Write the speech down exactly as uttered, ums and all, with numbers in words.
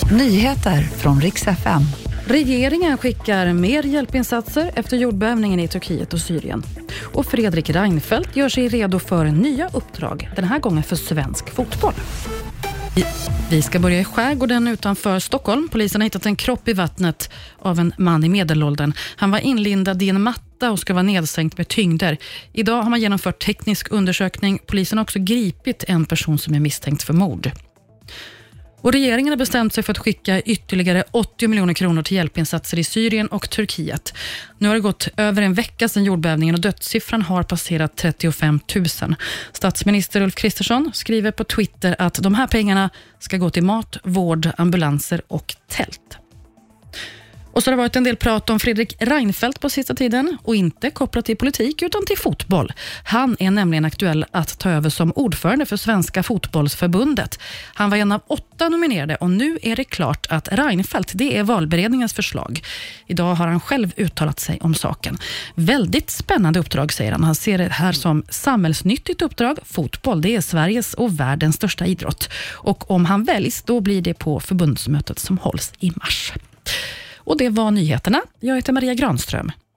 Nyheter från Riks F M. Regeringen skickar mer hjälpinsatser efter jordbävningen i Turkiet och Syrien. Och Fredrik Reinfeldt gör sig redo för nya uppdrag, den här gången för svensk fotboll. Vi ska börja i skärgården utanför Stockholm. Polisen har hittat en kropp i vattnet av en man i medelåldern. Han var inlindad i en matta och ska vara nedsänkt med tyngder. Idag har man genomfört teknisk undersökning. Polisen har också gripit en person som är misstänkt för mord. Och regeringen har bestämt sig för att skicka ytterligare åttio miljoner kronor till hjälpinsatser i Syrien och Turkiet. Nu har det gått över en vecka sedan jordbävningen och dödssiffran har passerat trettiofem tusen. Statsminister Ulf Kristersson skriver på Twitter att de här pengarna ska gå till mat, vård, ambulanser och tält. Och så har det varit en del prat om Fredrik Reinfeldt på sista tiden och inte kopplat till politik utan till fotboll. Han är nämligen aktuell att ta över som ordförande för Svenska fotbollsförbundet. Han var en av åtta nominerade och nu är det klart att Reinfeldt, det är valberedningens förslag. Idag har han själv uttalat sig om saken. Väldigt spännande uppdrag, säger han. Han ser det här som samhällsnyttigt uppdrag. Fotboll, det är Sveriges och världens största idrott. Och om han väljs, då blir det på förbundsmötet som hålls i mars. Och det var nyheterna. Jag heter Maria Granström.